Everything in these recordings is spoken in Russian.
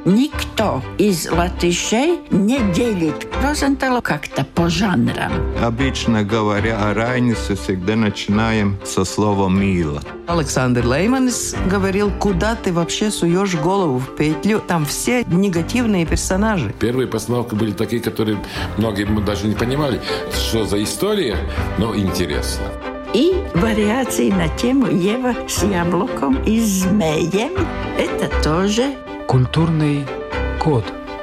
Никто из латышей не делит Розенталу как-то по жанрам. Обычно говоря о Райнисе, всегда начинаем со слова «мило». Александр Лейманис говорил, куда ты вообще суешь голову в петлю? Там все негативные персонажи. Первые постановки были такие, которые многие даже не понимали, что за история, но интересно. И вариации на тему Ева с яблоком и змеем. Это тоже культурный код.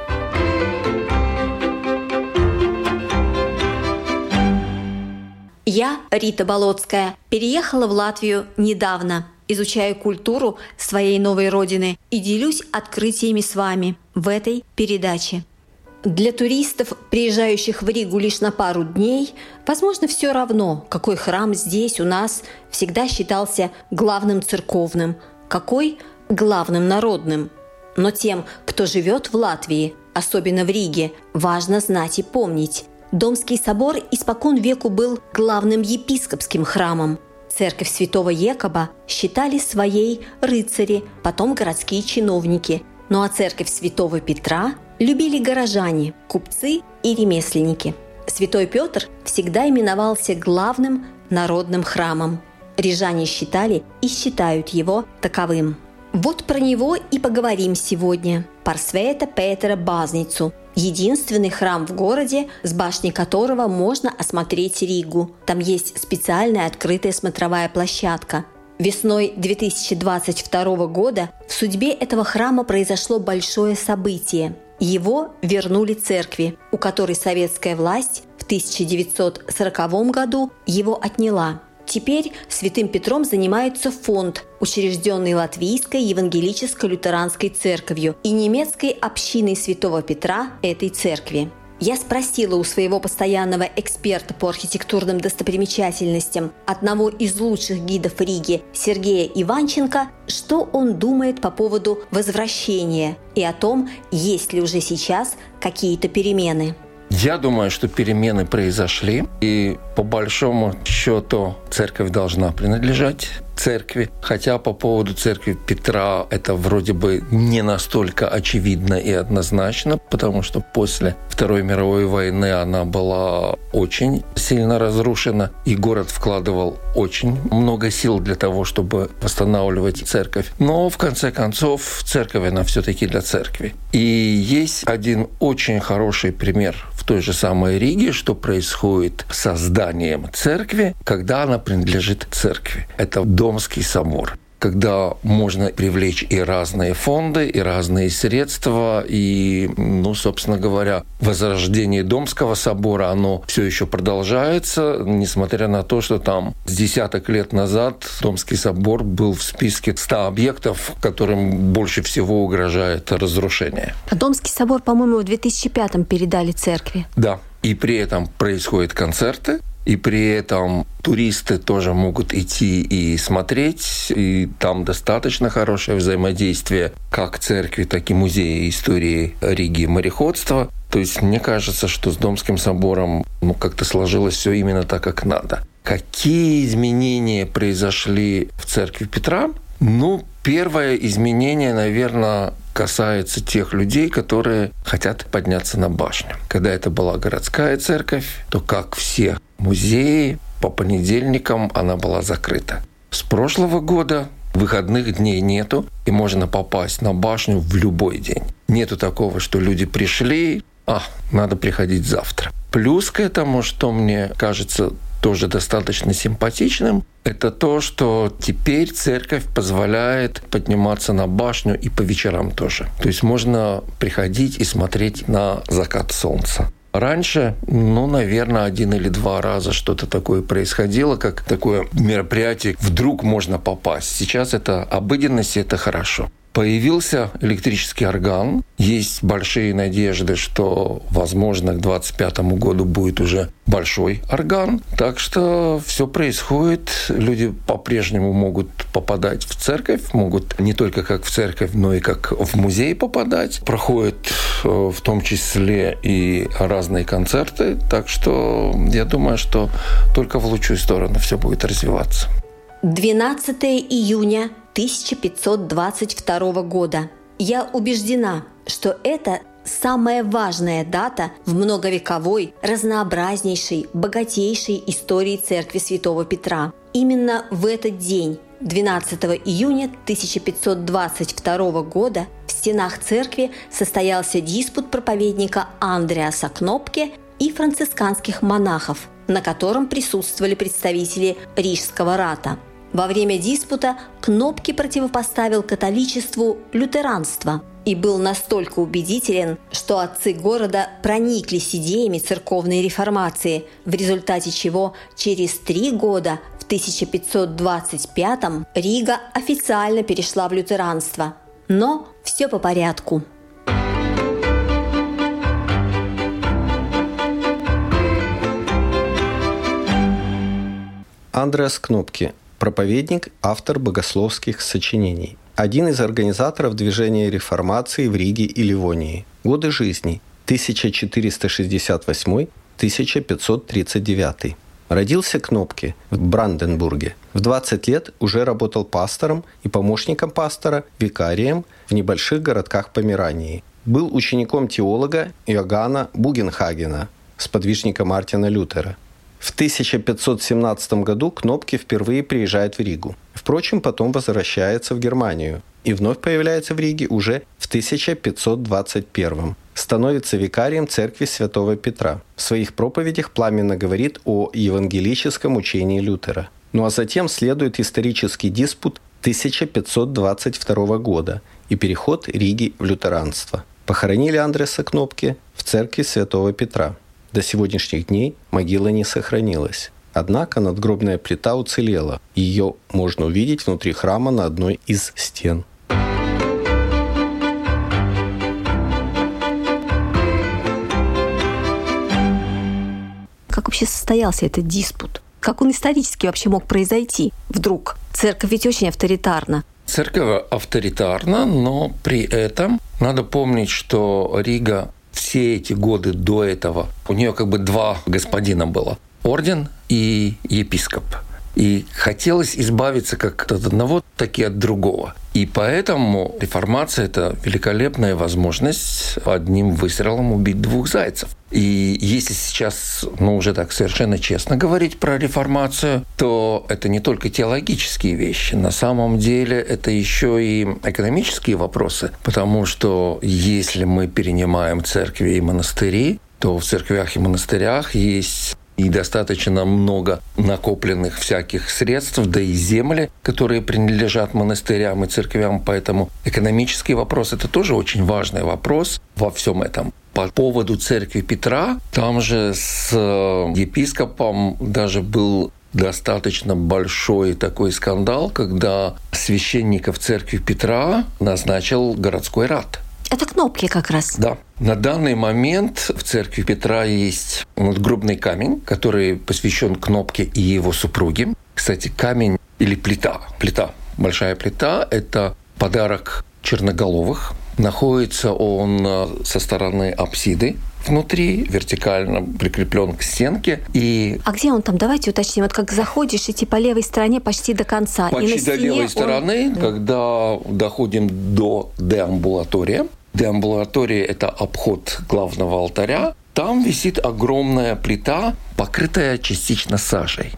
Я, Рита Болотская, переехала в Латвию недавно. Изучаю культуру своей новой родины и делюсь открытиями с вами в этой передаче. Для туристов, приезжающих в Ригу лишь на пару дней, возможно, все равно, какой храм здесь у нас всегда считался главным церковным, какой – главным народным. Но тем, кто живет в Латвии, особенно в Риге, важно знать и помнить. Домский собор испокон веку был главным епископским храмом. Церковь святого Якоба считали своей рыцари, потом городские чиновники. Ну а церковь святого Петра любили горожане, купцы и ремесленники. Святой Петр всегда именовался главным народным храмом. Рижане считали и считают его таковым. Вот про него и поговорим сегодня. Парсвета Петера Базницу – единственный храм в городе, с башни которого можно осмотреть Ригу. Там есть специальная открытая смотровая площадка. Весной 2022 года в судьбе этого храма произошло большое событие. Его вернули церкви, у которой советская власть в 1940 году его отняла. Теперь Святым Петром занимается фонд, учрежденный Латвийской евангелическо-лютеранской церковью и немецкой общиной Святого Петра этой церкви. Я спросила у своего постоянного эксперта по архитектурным достопримечательностям, одного из лучших гидов Риги, Сергея Иванченко, что он думает по поводу возвращения и о том, есть ли уже сейчас какие-то перемены. Я думаю, что перемены произошли, и по большому счету церковь должна принадлежать церкви. Хотя по поводу церкви Петра это вроде бы не настолько очевидно и однозначно, потому что после Второй мировой войны она была очень сильно разрушена, и город вкладывал очень много сил для того, чтобы восстанавливать церковь. Но в конце концов церковь, она все-таки для церкви. И есть один очень хороший пример в той же самой Риге, что происходит с созданием церкви, когда она принадлежит церкви. Это Домский собор, когда можно привлечь и разные фонды, и разные средства, и, собственно говоря, возрождение Домского собора, оно все еще продолжается, несмотря на то, что там с десяток лет назад Домский собор был в списке 100 объектов, которым больше всего угрожает разрушение. А Домский собор, по-моему, в 2005-м передали церкви. Да, и при этом происходят концерты, и при этом туристы тоже могут идти и смотреть, и там достаточно хорошее взаимодействие как церкви, так и музея истории Риги и мореходства. То есть мне кажется, что с Домским собором как-то сложилось все именно так, как надо. Какие изменения произошли в церкви Петра? Первое изменение, наверное, касается тех людей, которые хотят подняться на башню. Когда это была городская церковь, то, как все музеи, по понедельникам она была закрыта. С прошлого года выходных дней нету, и можно попасть на башню в любой день. Нету такого, что люди пришли, надо приходить завтра. Плюс к этому, что мне кажется тоже достаточно симпатичным, это то, что теперь церковь позволяет подниматься на башню и по вечерам тоже. То есть можно приходить и смотреть на закат солнца. Раньше, наверное, 1 или 2 раза что-то такое происходило, как такое мероприятие, вдруг можно попасть. Сейчас это обыденность, и это хорошо. Появился электрический орган. Есть большие надежды, что, возможно, к 2025 году будет уже большой орган. Так что все происходит. Люди по-прежнему могут попадать в церковь, могут не только как в церковь, но и как в музей попадать. Проходят в том числе и разные концерты. Так что я думаю, что только в лучшую сторону все будет развиваться. 12 июня 1522 года. Я убеждена, что это самая важная дата в многовековой, разнообразнейшей, богатейшей истории церкви Святого Петра. Именно в этот день, 12 июня 1522 года, в стенах церкви состоялся диспут проповедника Андреаса Кнопке и францисканских монахов, на котором присутствовали представители Рижского рата. Во время диспута Кнопке противопоставил католичеству лютеранство и был настолько убедителен, что отцы города прониклись идеями церковной реформации, в результате чего через 3 года, в 1525-м, Рига официально перешла в лютеранство. Но все по порядку. Андреас Кнопке – проповедник, автор богословских сочинений. Один из организаторов движения реформации в Риге и Ливонии. Годы жизни 1468-1539. Родился Кнопке в Бранденбурге. В 20 лет уже работал пастором и помощником пастора, викарием в небольших городках Померании. Был учеником теолога Иоганна Бугенхагена, сподвижника Мартина Лютера. В 1517 году Кнопке впервые приезжает в Ригу. Впрочем, потом возвращается в Германию и вновь появляется в Риге уже в 1521. Становится викарием церкви Святого Петра. В своих проповедях пламенно говорит о евангелическом учении Лютера. Ну а затем следует исторический диспут 1522 года и переход Риги в лютеранство. Похоронили Андреаса Кнопке в церкви Святого Петра. До сегодняшних дней могила не сохранилась. Однако надгробная плита уцелела. Ее можно увидеть внутри храма на одной из стен. Как вообще состоялся этот диспут? Как он исторически вообще мог произойти вдруг? Церковь ведь очень авторитарна. Церковь авторитарна, но при этом надо помнить, что Рига все эти годы до этого, у нее как бы 2 господина было. Орден и епископ. И хотелось избавиться как от одного, так и от другого. И поэтому реформация – это великолепная возможность одним выстрелом убить 2 зайцев. И если сейчас, уже так совершенно честно говорить про реформацию, то это не только теологические вещи. На самом деле это еще и экономические вопросы. Потому что если мы перенимаем церкви и монастыри, то в церквях и монастырях есть и достаточно много накопленных всяких средств, да и земли, которые принадлежат монастырям и церквям. Поэтому экономический вопрос – это тоже очень важный вопрос во всем этом. По поводу церкви Петра, там же с епископом даже был достаточно большой такой скандал, когда священников церкви Петра назначил городской рат. Это Кнопке как раз. Да. На данный момент в церкви Петра есть надгробный камень, который посвящен Кнопке и его супруге. Кстати, камень или плита, большая плита – это подарок черноголовых. Находится он со стороны апсиды. Внутри вертикально прикреплен к стенке. А где он там? Давайте уточним. Вот как заходишь, идти по левой стороне почти до конца. Почти до левой стороны, когда доходим до деамбулатория. Деамбулатория – это обход главного алтаря. Там висит огромная плита, покрытая частично сажей.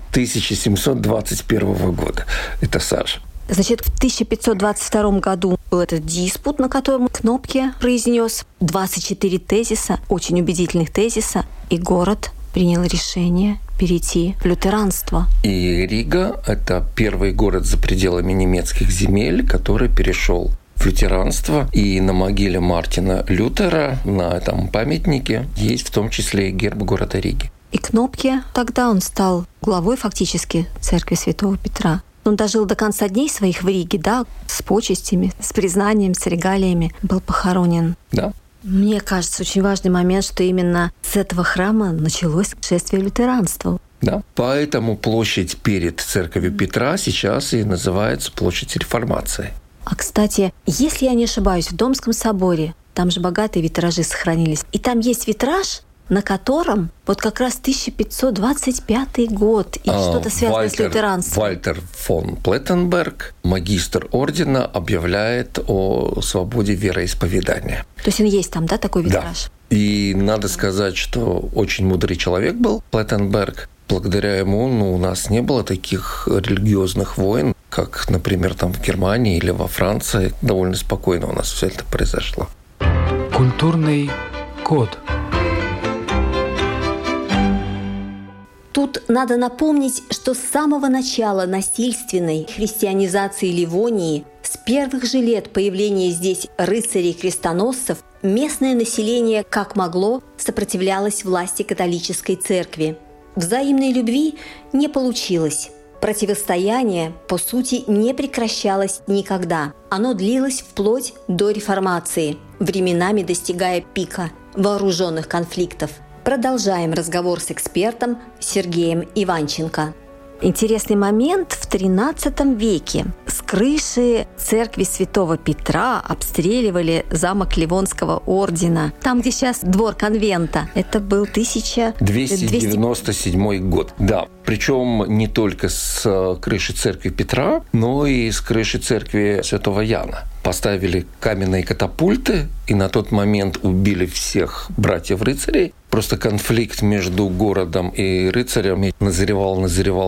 1721 года. Это сажа. Значит, в 1522 году был этот диспут, на котором Кнопке произнес 24 тезиса, очень убедительных тезиса, и город принял решение перейти в лютеранство. И Рига – это первый город за пределами немецких земель, который перешел в лютеранство. И на могиле Мартина Лютера, на этом памятнике, есть в том числе и герб города Риги. И Кнопке, тогда он стал главой фактически церкви Святого Петра. Он дожил до конца дней своих в Риге, да, с почестями, с признанием, с регалиями, был похоронен. Да. Мне кажется, очень важный момент, что именно с этого храма началось шествие лютеранства. Да. Поэтому площадь перед церковью Петра сейчас и называется площадь Реформации. А, кстати, если я не ошибаюсь, в Домском соборе, там же богатые витражи сохранились, и там есть витраж, на котором вот как раз 1525 год и что-то связанное с лютеранством. Вальтер фон Плеттенберг, магистр ордена, объявляет о свободе вероисповедания. То есть он есть там, да, такой витраж? Да. И надо сказать, что очень мудрый человек был Плеттенберг. Благодаря ему у нас не было таких религиозных войн, как, например, там в Германии или во Франции. Довольно спокойно у нас все это произошло. Культурный код. Тут надо напомнить, что с самого начала насильственной христианизации Ливонии, с первых же лет появления здесь рыцарей-крестоносцев, местное население, как могло, сопротивлялось власти католической церкви. Взаимной любви не получилось. Противостояние, по сути, не прекращалось никогда. Оно длилось вплоть до реформации, временами достигая пика вооруженных конфликтов. Продолжаем разговор с экспертом Сергеем Иванченко. Интересный момент. В XIII веке с крыши церкви Святого Петра обстреливали замок Ливонского ордена. Там, где сейчас двор конвента. Это был 1297 год. Да. Причем не только с крыши церкви Петра, но и с крыши церкви Святого Яна. Поставили каменные катапульты и на тот момент убили всех братьев-рыцарей. Просто конфликт между городом и рыцарями назревал.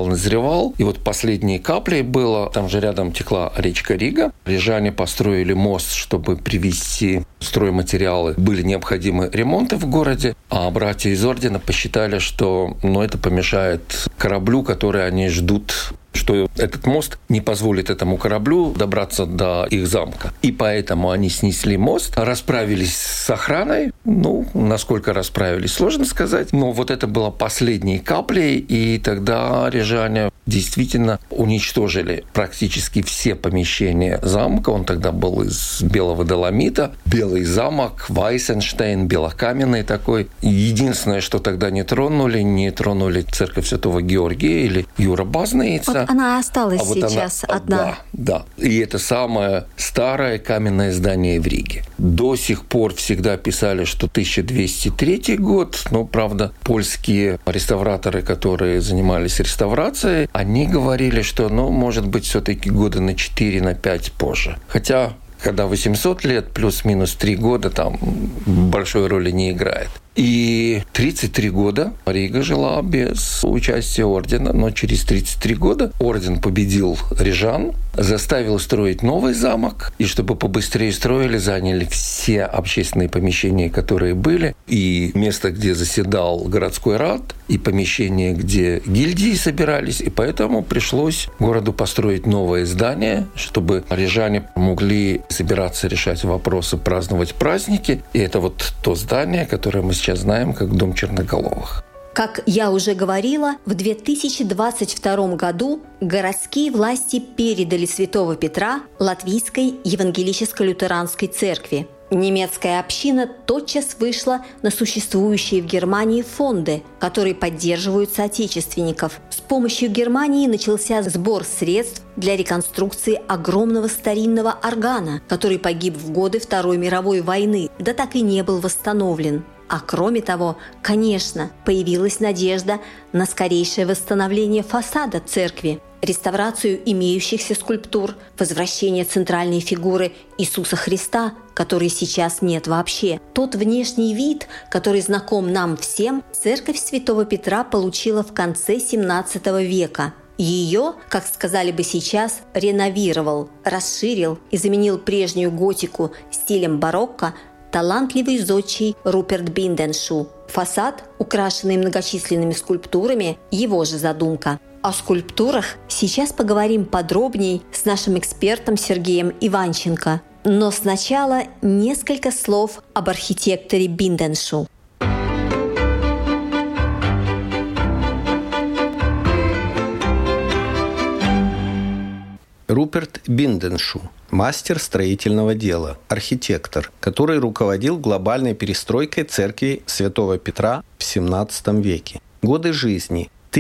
И вот последней каплей было, там же рядом текла речка Рига. Рижане построили мост, чтобы привезти стройматериалы. Были необходимы ремонты в городе, а братья из ордена посчитали, что это помешает кораблю, который они ждут, что этот мост не позволит этому кораблю добраться до их замка. И поэтому они снесли мост, расправились с охраной. Насколько расправились, сложно сказать. Но вот это было последней каплей, и тогда рижане действительно уничтожили практически все помещения замка. Он тогда был из белого доломита. Белый замок, Вайсенштейн, белокаменный такой. Единственное, что тогда не тронули церковь Святого Георгия или Юра Базнаица. Вот она осталась сейчас одна. Да. И это самое старое каменное здание в Риге. До сих пор всегда писали, что 1203 год. Но, правда, польские реставраторы, которые занимались реставрацией, они говорили, что, может быть, все-таки года на 4, на 5 позже. Хотя, когда 800 лет, плюс-минус 3 года, там большой роли не играет. И 33 года Рига жила без участия ордена, но через 33 года орден победил рижан, заставил строить новый замок, и чтобы побыстрее строили, заняли все общественные помещения, которые были, и место, где заседал городской рад, и помещение, где гильдии собирались, и поэтому пришлось городу построить новое здание, чтобы рижане могли собираться, решать вопросы, праздновать праздники. И это вот то здание, которое мы сейчас знаем как Дом Черноголовых. Как я уже говорила, в 2022 году городские власти передали Святого Петра Латвийской евангелическо-лютеранской церкви. Немецкая община тотчас вышла на существующие в Германии фонды, которые поддерживают соотечественников. С помощью Германии начался сбор средств для реконструкции огромного старинного органа, который погиб в годы Второй мировой войны, да так и не был восстановлен. А кроме того, конечно, появилась надежда на скорейшее восстановление фасада церкви, реставрацию имеющихся скульптур, возвращение центральной фигуры Иисуса Христа, которой сейчас нет вообще. Тот внешний вид, который знаком нам всем, церковь Святого Петра получила в конце XVII века. Ее, как сказали бы сейчас, реновировал, расширил и заменил прежнюю готику стилем барокко талантливый зодчий Руперт Бинденшу. Фасад, украшенный многочисленными скульптурами, его же задумка. О скульптурах сейчас поговорим подробнее с нашим экспертом Сергеем Иванченко. Но сначала несколько слов об архитекторе Бинденшу. Руперт Бинденшу – мастер строительного дела, архитектор, который руководил глобальной перестройкой церкви Святого Петра в XVII веке. Годы жизни –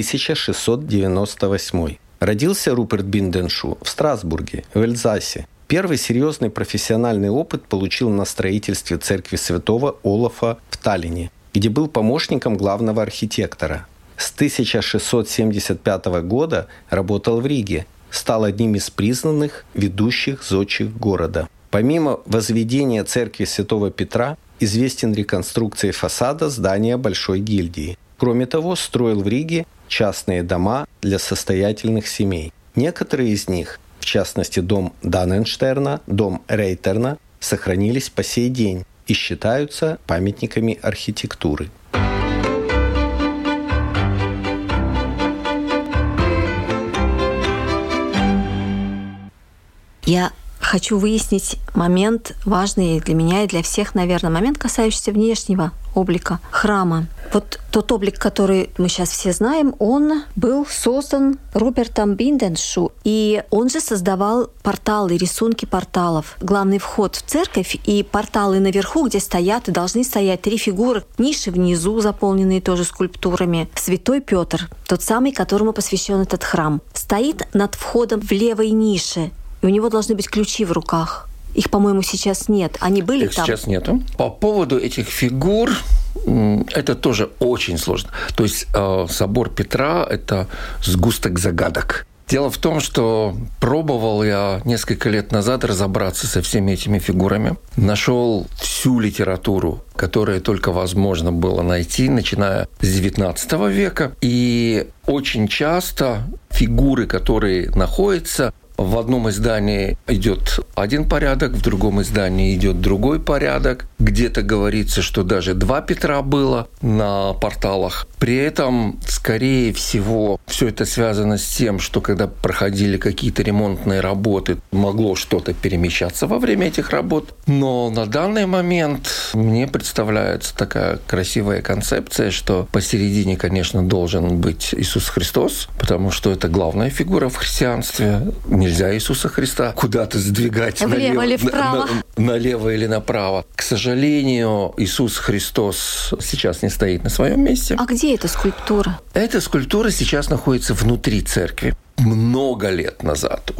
1645-1698. Родился Руперт Бинденшу в Страсбурге, в Эльзасе. Первый серьезный профессиональный опыт получил на строительстве церкви святого Олафа в Таллине, где был помощником главного архитектора. С 1675 года работал в Риге, стал одним из признанных ведущих зодчих города. Помимо возведения церкви святого Петра, известен реконструкцией фасада здания Большой гильдии. Кроме того, строил в Риге частные дома для состоятельных семей. Некоторые из них, в частности дом Данненштерна, дом Рейтерна, сохранились по сей день и считаются памятниками архитектуры. Я хочу выяснить момент, важный для меня и для всех, наверное, момент, касающийся внешнего облика храма. Вот тот облик, который мы сейчас все знаем, он был создан Робертом Бинденшу, и он же создавал порталы, рисунки порталов. Главный вход в церковь и порталы наверху, где стоят и должны стоять 3 фигуры. Ниши внизу, заполненные тоже скульптурами. Святой Петр, тот самый, которому посвящен этот храм, стоит над входом в левой нише, и у него должны быть ключи в руках. Их, по-моему, сейчас нет. Они были их там? Сейчас нету. По поводу этих фигур, это тоже очень сложно. То есть собор Петра – это сгусток загадок. Дело в том, что пробовал я несколько лет назад разобраться со всеми этими фигурами. Нашел всю литературу, которая только возможно было найти, начиная с XIX века. И очень часто фигуры, которые находятся, в одном издании идет один порядок, в другом издании идет другой порядок. Где-то говорится, что даже 2 Петра было на порталах. При этом, скорее всего, все это связано с тем, что когда проходили какие-то ремонтные работы, могло что-то перемещаться во время этих работ. Но на данный момент мне представляется такая красивая концепция, что посередине, конечно, должен быть Иисус Христос, потому что это главная фигура в христианстве. Нельзя Иисуса Христа куда-то сдвигать влево или вправо. Налево или направо. К сожалению, Иисус Христос сейчас не стоит на своем месте. А где эта скульптура? Эта скульптура сейчас находится внутри церкви. Много лет назад,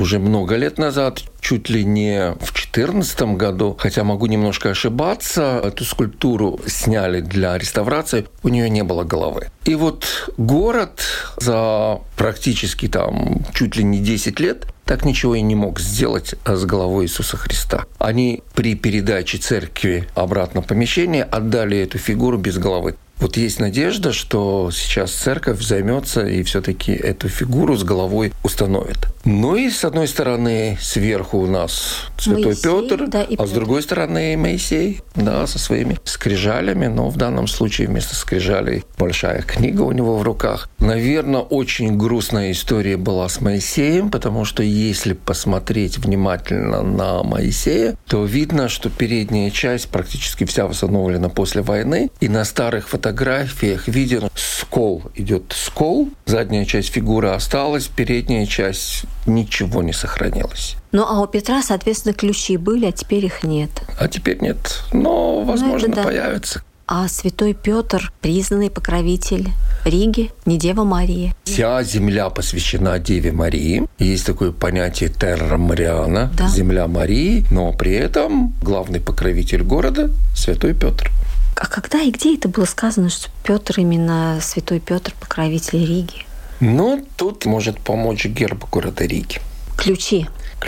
чуть ли не в 2014 году, хотя могу немножко ошибаться, эту скульптуру сняли для реставрации, у нее не было головы. И вот город за практически там чуть ли не 10 лет так ничего и не мог сделать с головой Иисуса Христа. Они при передаче церкви обратно в помещение отдали эту фигуру без головы. Вот есть надежда, что сейчас церковь займется и все-таки эту фигуру с головой установит. Ну и с одной стороны сверху у нас Святой Моисей, Петр, да, и а с другой стороны Моисей, да, со своими скрижалями. Но в данном случае вместо скрижалей большая книга у него в руках. Наверное, очень грустная история была с Моисеем, потому что если посмотреть внимательно на Моисея, то видно, что передняя часть практически вся восстановлена после войны, и на старых фотографиях виден скол. Идет скол, задняя часть фигуры осталась, передняя часть ничего не сохранилось. Ну, а у Петра, соответственно, ключи были, а теперь их нет. А теперь нет. Но, возможно, да. появится. А святой Петр – признанный покровитель Риги, не Дева Мария. Вся земля посвящена Деве Марии. Есть такое понятие терра Мариана, да. Земля Марии, но при этом главный покровитель города – святой Петр. А когда и где это было сказано, что Петр именно святой Петр покровитель Риги? Ну, тут может помочь герб города Риги. Ключи.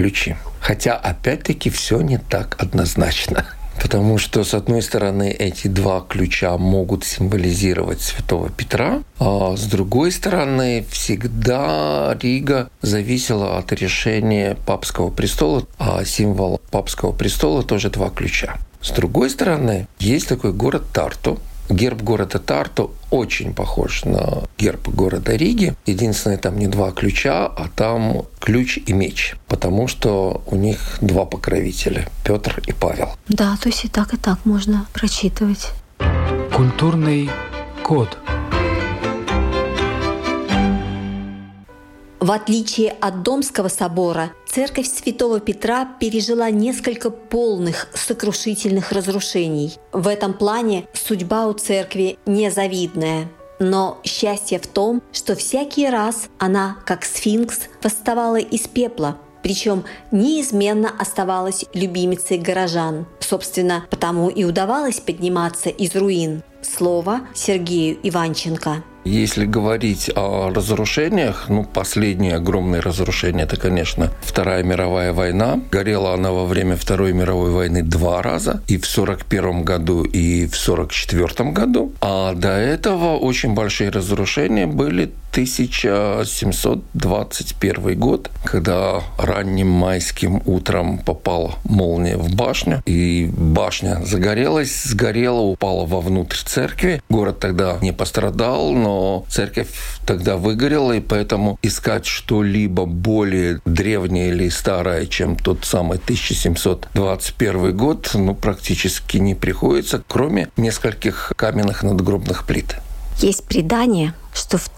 Хотя, опять-таки, все не так однозначно. Потому что, с одной стороны, эти 2 ключа могут символизировать святого Петра, а с другой стороны, всегда Рига зависела от решения папского престола, а символ папского престола тоже 2 ключа. С другой стороны, есть такой город Тарту. Герб города Тарту очень похож на герб города Риги. Единственное, там не 2 ключа, а там ключ и меч. Потому что у них 2 покровителя – Петр и Павел. Да, то есть и так можно прочитывать. Культурный код. В отличие от Домского собора, церковь Святого Петра пережила несколько полных сокрушительных разрушений. В этом плане судьба у церкви незавидная. Но счастье в том, что всякий раз она, как сфинкс, восставала из пепла. Причем неизменно оставалась любимицей горожан. Собственно, потому и удавалось подниматься из руин. Слово Сергею Иванченко. Если говорить о разрушениях, последнее огромное разрушение – это, конечно, Вторая мировая война. Горела она во время Второй мировой войны 2 раза, и в 1941 году, и в 1944 году. А до этого очень большие разрушения были 1721 год, когда ранним майским утром попала молния в башню, и башня загорелась, сгорела, упала вовнутрь церкви. Город тогда не пострадал, но церковь тогда выгорела, и поэтому искать что-либо более древнее или старое, чем тот самый 1721 год, практически не приходится, кроме нескольких каменных надгробных плит. Есть предание, что в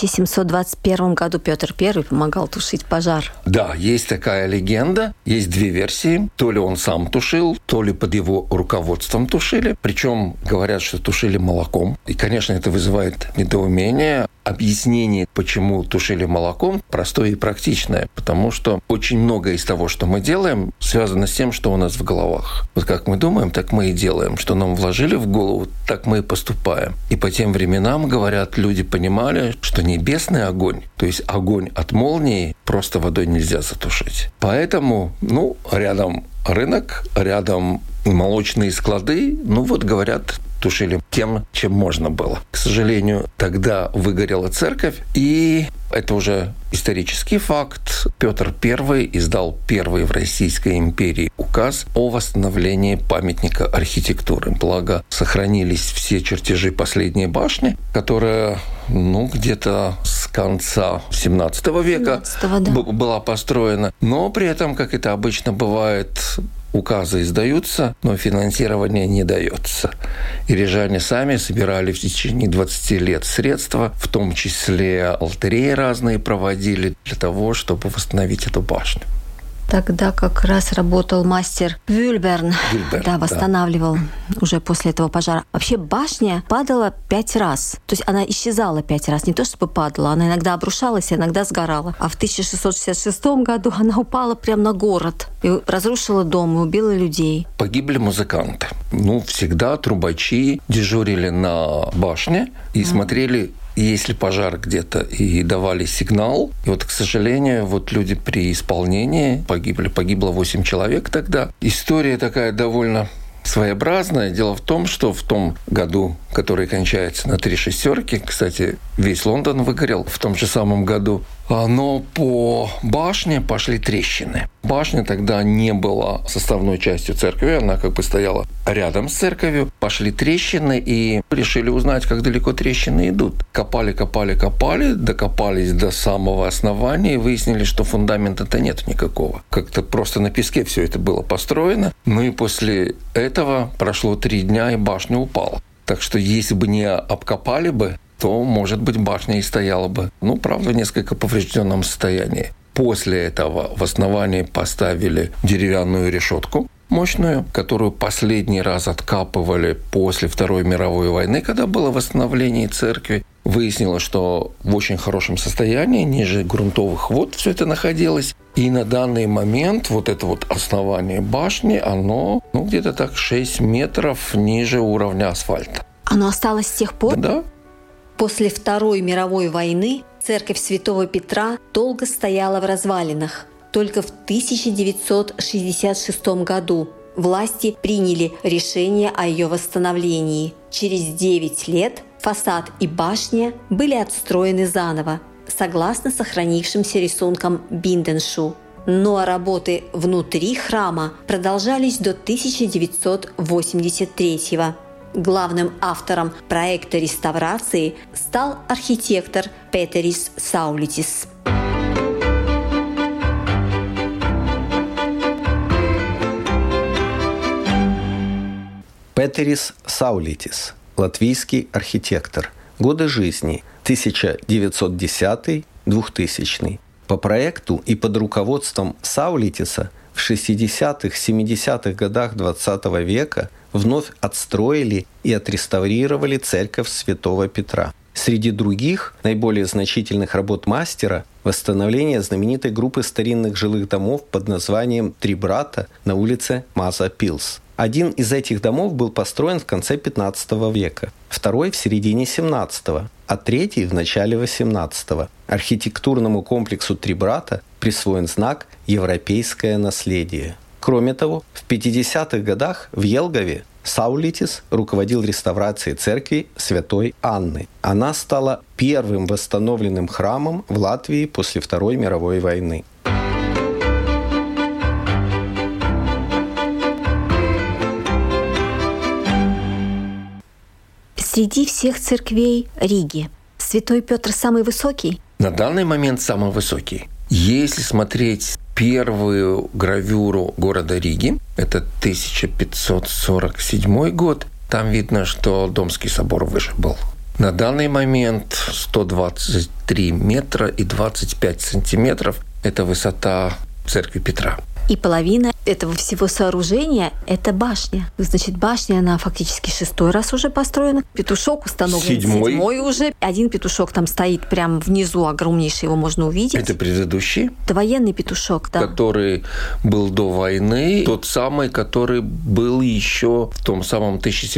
1721 году Петр I помогал тушить пожар. Да, есть такая легенда. Есть 2 версии. То ли он сам тушил, то ли под его руководством тушили. Причем говорят, что тушили молоком. И, конечно, это вызывает недоумение. Объяснение, почему тушили молоком, простое и практичное. Потому что очень многое из того, что мы делаем, связано с тем, что у нас в головах. Вот как мы думаем, так мы и делаем. Что нам вложили в голову, так мы и поступаем. И по тем временам, говорят, люди понимали, что небесный огонь, то есть огонь от молнии, просто водой нельзя затушить. Поэтому, рядом рынок, рядом молочные склады, говорят, тушили тем, чем можно было. К сожалению, тогда выгорела церковь, и это уже исторический факт. Петр I издал первый в Российской империи указ о восстановлении памятника архитектуры. Благо, сохранились все чертежи последней башни, которая, где-то с конца 17 века была построена. Но при этом, как это обычно бывает, указы издаются, но финансирование не дается. И рижане сами собирали в течение 20 лет средства, в том числе алтареи разные проводили для того, чтобы восстановить эту башню. Тогда как раз работал мастер Вюльберн. Восстанавливал уже после этого пожара. Вообще башня падала 5 раз. То есть она исчезала 5 раз. Не то чтобы падала, она иногда обрушалась, иногда сгорала. А в 1666 году она упала прямо на город. И разрушила дом, и убила людей. Погибли музыканты. Всегда трубачи дежурили на башне и смотрели, если пожар где-то, и давали сигнал. И к сожалению, люди при исполнении погибли. Погибло 8 человек тогда. История такая довольно своеобразная. Дело в том, что в том году, который кончается на 3 шестерки, кстати, весь Лондон выгорел в том же самом году, но по башне пошли трещины. Башня тогда не была составной частью церкви, она стояла рядом с церковью. Пошли трещины, и решили узнать, как далеко трещины идут. Копали, докопались до самого основания и выяснили, что фундамента-то нет никакого. Как-то просто на песке все это было построено. И после этого прошло 3 дня, и башня упала. Так что если бы не обкопали бы, то, может быть, башня и стояла бы, правда, в несколько поврежденном состоянии. После этого в основании поставили деревянную решетку мощную, которую последний раз откапывали после Второй мировой войны, когда было восстановление церкви. Выяснилось, что в очень хорошем состоянии, ниже грунтовых вод все это находилось. И на данный момент это основание башни, оно где-то так 6 метров ниже уровня асфальта. Оно осталось с тех пор? Да. После Второй мировой войны церковь Святого Петра долго стояла в развалинах. Только в 1966 году власти приняли решение о ее восстановлении. Через 9 лет фасад и башня были отстроены заново, согласно сохранившимся рисункам Бинденшу. Но работы внутри храма продолжались до 1983 года. Главным автором проекта реставрации стал архитектор Петерис Саулитис. Петерис Саулитис, латвийский архитектор. Годы жизни 1910-2000. По проекту и под руководством Саулитиса в 60-70-х годах XX века вновь отстроили и отреставрировали церковь Святого Петра. Среди других наиболее значительных работ мастера восстановление знаменитой группы старинных жилых домов под названием «Три брата» на улице Маза-Пилс. Один из этих домов был построен в конце 15 века, второй в середине 17, а третий в начале 18. Архитектурному комплексу «Три брата» присвоен знак «Европейское наследие». Кроме того, в 50-х годах в Елгове Саулитис руководил реставрацией церкви Святой Анны. Она стала первым восстановленным храмом в Латвии после Второй мировой войны. Среди всех церквей Риги Святой Петр самый высокий? На данный момент самый высокий. Если смотреть первую гравюру города Риги, это 1547 год, там видно, что Домский собор выше был. На данный момент 123 метра и 25 сантиметров – это высота церкви Петра. И половина этого всего сооружения – это башня. Значит, башня, она фактически 6-й раз уже построена. Петушок установлен 7-й уже. Один петушок там стоит прямо внизу, огромнейший, его можно увидеть. Это предыдущий. Это военный петушок, да. Который был до войны, тот самый, который был еще в том самом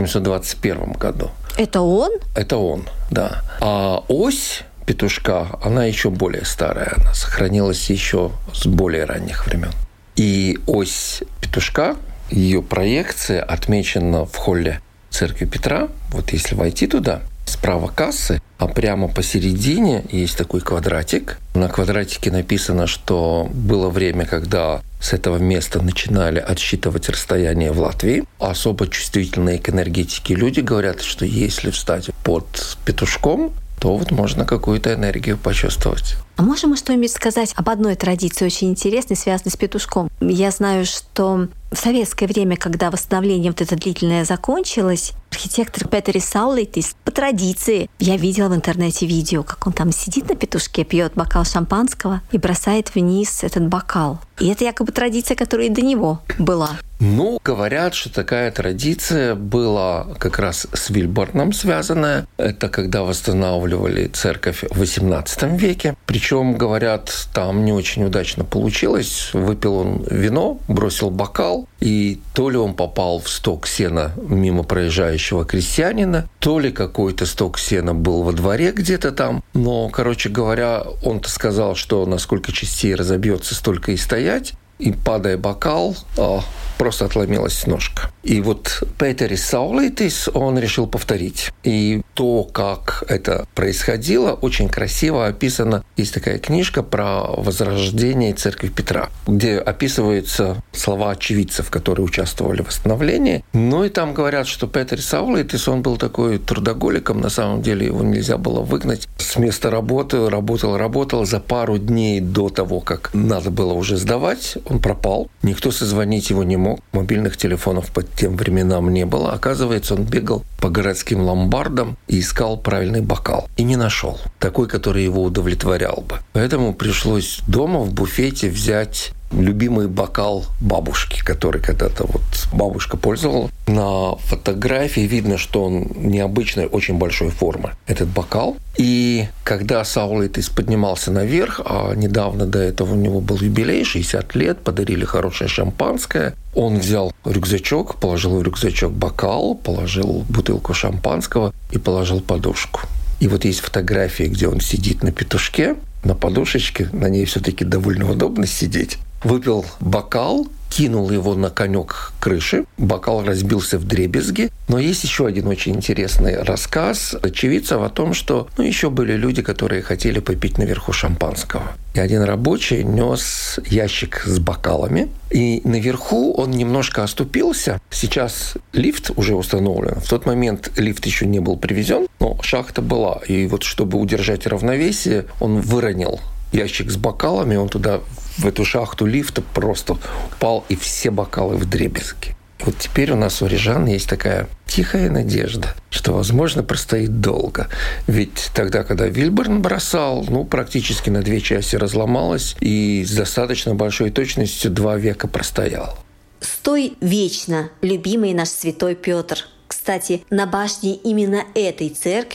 1721 году. Это он? Это он, да. А ось петушка, она еще более старая. Она сохранилась еще с более ранних времен. И ось петушка, ее проекция отмечена в холле церкви Петра. Вот если войти туда, справа кассы, а прямо посередине есть такой квадратик. На квадратике написано, что было время, когда с этого места начинали отсчитывать расстояние в Латвии. Особо чувствительные к энергетике люди говорят, что если встать под петушком, то вот можно какую-то энергию почувствовать. А можем мы что-нибудь сказать об одной традиции, очень интересной, связанной с петушком? Я знаю, что в советское время, когда восстановление вот это длительное закончилось, архитектор Петерис Саулитис по традиции, я видела в интернете видео, как он там сидит на петушке, пьет бокал шампанского и бросает вниз этот бокал. И это якобы традиция, которая и до него была. Ну, говорят, что такая традиция была как раз с Вильборном связанная. Это когда восстанавливали церковь в XVIII веке. Причем, говорят, там не очень удачно получилось. Выпил он вино, бросил бокал, и то ли он попал в сток сена мимо проезжающего крестьянина, то ли какой-то сток сена был во дворе где-то там. Но, короче говоря, он-то сказал, что насколько частей разобьется, столько и стоять. И, падая бокал, просто отломилась ножка. И вот Петерис Саулитис, он решил повторить. И то, как это происходило, очень красиво описано. Есть такая книжка про возрождение церкви Петра, где описываются слова очевидцев, которые участвовали в восстановлении. Ну и там говорят, что Петерис Саулитис, он был такой трудоголиком. На самом деле его нельзя было выгнать с места работы. Работал. За пару дней до того, как надо было уже сдавать, он пропал. Никто созвонить его не мог. Мобильных телефонов по тем временам не было. Оказывается, он бегал по городским ломбардам и искал правильный бокал. И не нашел. Такой, который его удовлетворял бы. Поэтому пришлось дома в буфете взять любимый бокал бабушки, который когда-то вот бабушка пользовала. На фотографии видно, что он необычной, очень большой формы, этот бокал. И когда Саулитис поднимался наверх, а недавно до этого у него был юбилей, 60 лет, подарили хорошее шампанское, он взял рюкзачок, положил в рюкзачок бокал, положил бутылку шампанского и положил подушку. И вот есть фотографии, где он сидит на петушке, на подушечке, на ней все-таки довольно удобно сидеть. Выпил бокал, кинул его на конек крыши, бокал разбился вдребезги. Но есть еще один очень интересный рассказ очевидцев о том, что еще были люди, которые хотели попить наверху шампанского. И один рабочий нес ящик с бокалами, и наверху он немножко оступился. Сейчас лифт уже установлен. В тот момент лифт еще не был привезен, но шахта была. И вот чтобы удержать равновесие, он выронил ящик с бокалами, он туда, в эту шахту лифта, просто упал, и все бокалы вдребезги. Вот теперь у нас у рижан есть такая тихая надежда, что, возможно, простоит долго. Ведь тогда, когда Вильборн бросал, практически на 2 части разломалось, и с достаточно большой точностью 2 века простоял. «Стой вечно, любимый наш святой Петр». Кстати, на башне именно этой церкви в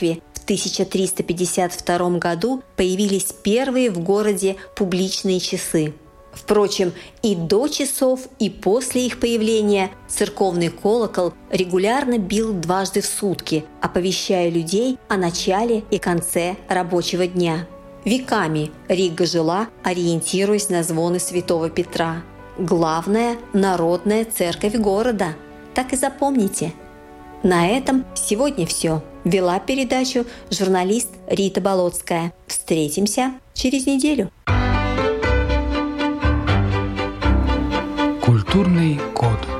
1352 году появились первые в городе публичные часы. Впрочем, и до часов, и после их появления церковный колокол регулярно бил дважды в сутки, оповещая людей о начале и конце рабочего дня. Веками Рига жила, ориентируясь на звоны Святого Петра. Главная народная церковь города. Так и запомните. На этом сегодня все. Вела передачу журналист Рита Болотская. Встретимся через неделю. Культурный код.